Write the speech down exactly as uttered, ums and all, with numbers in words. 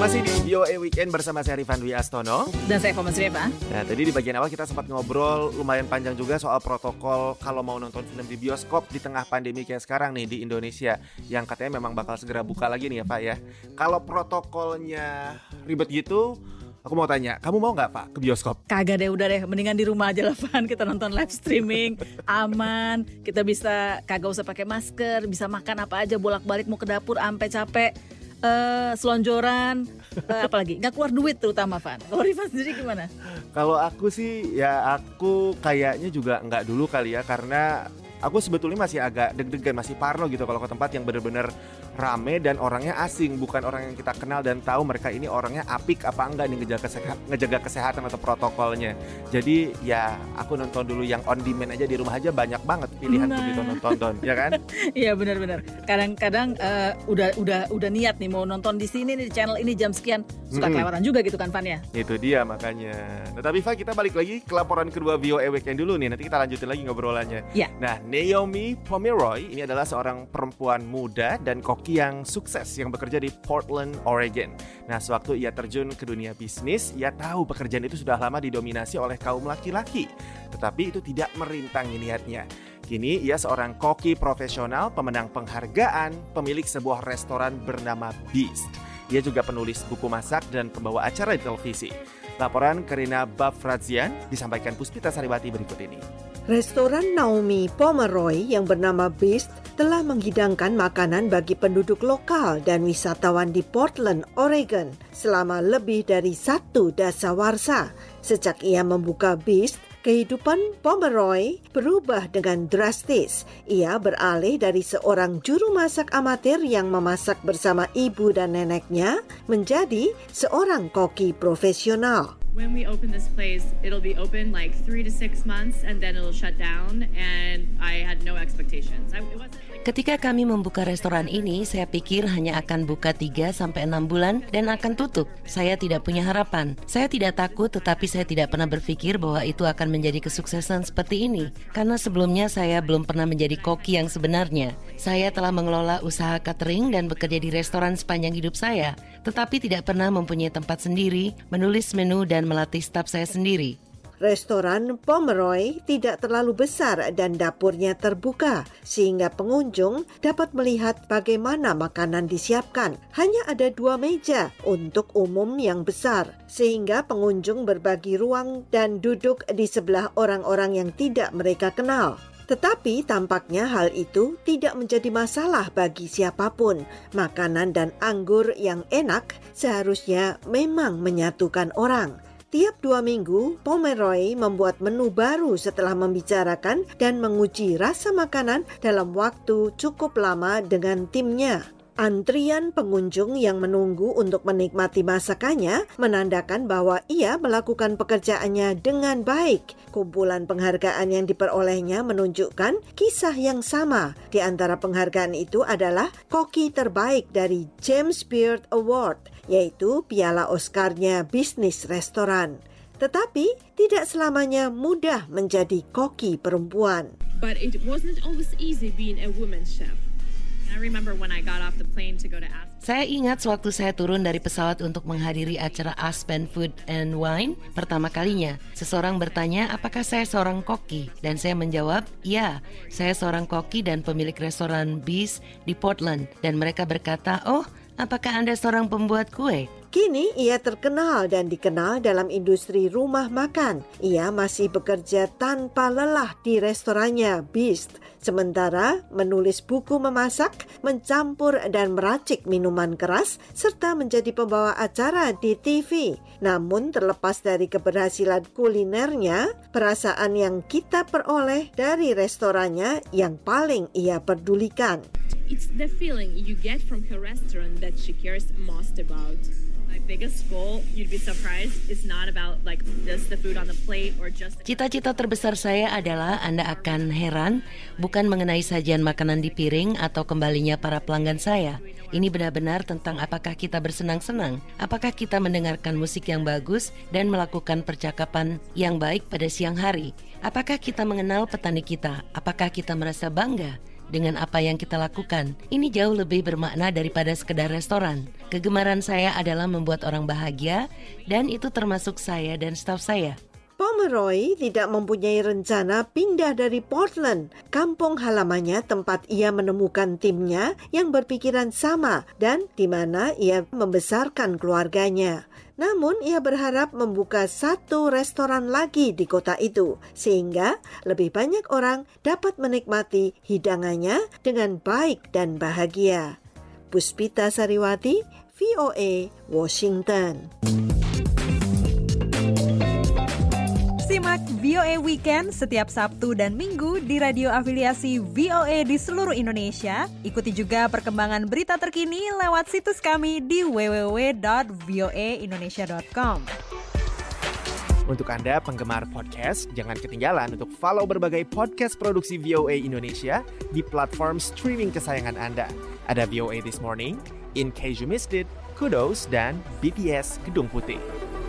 Masih di V O A Weekend bersama saya Rifan Dwi Astono. Dan saya Komens Reva. Nah, tadi di bagian awal kita sempat ngobrol lumayan panjang juga soal protokol kalau mau nonton film di bioskop di tengah pandemi kayak sekarang nih di Indonesia, yang katanya memang bakal segera buka lagi nih ya Pak ya. Kalau protokolnya ribet gitu, aku mau tanya, kamu mau gak Pak ke bioskop? Kagak deh, udah deh, mendingan di rumah aja lah Van. Kita nonton live streaming, aman. Kita bisa kagak usah pakai masker, bisa makan apa aja, bolak-balik mau ke dapur ampe capek. Uh, selonjoran, uh, apalagi nggak keluar duit terutama Van. Kalau Rifan sendiri gimana? Kalau aku sih ya aku kayaknya juga nggak dulu kali ya, karena aku sebetulnya masih agak deg-degan, masih parno gitu kalau ke tempat yang benar-benar rame dan orangnya asing, bukan orang yang kita kenal dan tahu mereka ini orangnya apik apa enggak nih ngejaga kesehatan, ngejaga kesehatan atau protokolnya. Jadi ya aku nonton dulu yang on demand aja di rumah aja, banyak banget pilihan nah. Untuk ditonton-tonton, ya kan? Iya benar-benar. Kadang-kadang uh, udah udah udah niat nih mau nonton di sini nih di channel ini jam sekian, suka hmm. kelewatan juga gitu kan Van ya? Itu dia makanya. Nah tapi Van, kita balik lagi ke laporan kedua V O A Weekend dulu nih, nanti kita lanjutin lagi ngobrolannya. Ya. Nah, Naomi Pomeroy ini adalah seorang perempuan muda dan koki yang sukses yang bekerja di Portland, Oregon. Nah, sewaktu ia terjun ke dunia bisnis, ia tahu pekerjaan itu sudah lama didominasi oleh kaum laki-laki. Tetapi itu tidak merintangi niatnya. Kini ia seorang koki profesional, pemenang penghargaan, pemilik sebuah restoran bernama Beast. Ia juga penulis buku masak dan pembawa acara di televisi. Laporan Karina Bafrazian disampaikan Puspita Sariwati berikut ini. Restoran Naomi Pomeroy yang bernama Beast telah menghidangkan makanan bagi penduduk lokal dan wisatawan di Portland, Oregon selama lebih dari satu dasawarsa. Sejak ia membuka Beast, kehidupan Pomeroy berubah dengan drastis. Ia beralih dari seorang juru masak amatir yang memasak bersama ibu dan neneknya menjadi seorang koki profesional. When we open this place, it'll be open like three to six months and then it'll shut down, and I had no expectations. I, it wasn't like... Ketika kami membuka restoran ini, saya pikir hanya akan buka tiga sampai enam bulan dan akan tutup. Saya tidak punya harapan. Saya tidak takut, tetapi saya tidak pernah berpikir bahwa itu akan menjadi kesuksesan seperti ini. Karena sebelumnya saya belum pernah menjadi koki yang sebenarnya. Saya telah mengelola usaha catering dan bekerja di restoran sepanjang hidup saya, tetapi tidak pernah mempunyai tempat sendiri, menulis menu dan melatih staf saya sendiri. Restoran Pomeroy tidak terlalu besar dan dapurnya terbuka, sehingga pengunjung dapat melihat bagaimana makanan disiapkan. Hanya ada dua meja untuk umum yang besar, sehingga pengunjung berbagi ruang dan duduk di sebelah orang-orang yang tidak mereka kenal. Tetapi tampaknya hal itu tidak menjadi masalah bagi siapapun. Makanan dan anggur yang enak seharusnya memang menyatukan orang. Tiap dua minggu, Pomeroy membuat menu baru setelah membicarakan dan menguji rasa makanan dalam waktu cukup lama dengan timnya. Antrian pengunjung yang menunggu untuk menikmati masakannya menandakan bahwa ia melakukan pekerjaannya dengan baik. Kumpulan penghargaan yang diperolehnya menunjukkan kisah yang sama. Di antara penghargaan itu adalah koki terbaik dari James Beard Award, yaitu piala Oscar-nya bisnis restoran. Tetapi tidak selamanya mudah menjadi koki perempuan. But it wasn't always easy being a woman chef. I remember when I got off the plane to go to Aspen. Saya ingat sewaktu saya turun dari pesawat untuk menghadiri acara Aspen Food and Wine pertama kalinya. Seseorang bertanya apakah saya seorang koki, dan saya menjawab, ya, saya seorang koki dan pemilik restoran Beast di Portland. Dan mereka berkata, oh, apakah Anda seorang pembuat kue? Kini ia terkenal dan dikenal dalam industri rumah makan. Ia masih bekerja tanpa lelah di restorannya Beast, sementara menulis buku memasak, mencampur dan meracik minuman keras, serta menjadi pembawa acara di T V. Namun terlepas dari keberhasilan kulinernya, perasaan yang kita peroleh dari restorannya yang paling ia pedulikan. It's the feeling you get from her restaurant that she cares most about. My biggest goal, you'd be surprised, is not about like just the food on the plate or just... Cita-cita terbesar saya adalah Anda akan heran, bukan mengenai sajian makanan di piring atau kembalinya para pelanggan saya. Ini benar-benar tentang apakah kita bersenang-senang, apakah kita mendengarkan musik yang bagus dan melakukan percakapan yang baik pada siang hari. Apakah kita mengenal petani kita, apakah kita merasa bangga. dengan apa yang kita lakukan. Ini jauh lebih bermakna daripada sekedar restoran. Kegemaran saya adalah membuat orang bahagia, dan itu termasuk saya dan staf saya. Pomeroy tidak mempunyai rencana pindah dari Portland, kampung halamannya tempat ia menemukan timnya yang berpikiran sama dan di mana ia membesarkan keluarganya. Namun ia berharap membuka satu restoran lagi di kota itu, sehingga lebih banyak orang dapat menikmati hidangannya dengan baik dan bahagia. Puspita Sariwati, V O A, Washington. Simak V O A Weekend setiap Sabtu dan Minggu di radio afiliasi V O A di seluruh Indonesia. Ikuti juga perkembangan berita terkini lewat situs kami di w w w dot v o a indonesia dot com. Untuk Anda penggemar podcast, jangan ketinggalan untuk follow berbagai podcast produksi V O A Indonesia di platform streaming kesayangan Anda. Ada V O A This Morning, In Case You Missed It, Kudos, dan B T S Gedung Putih.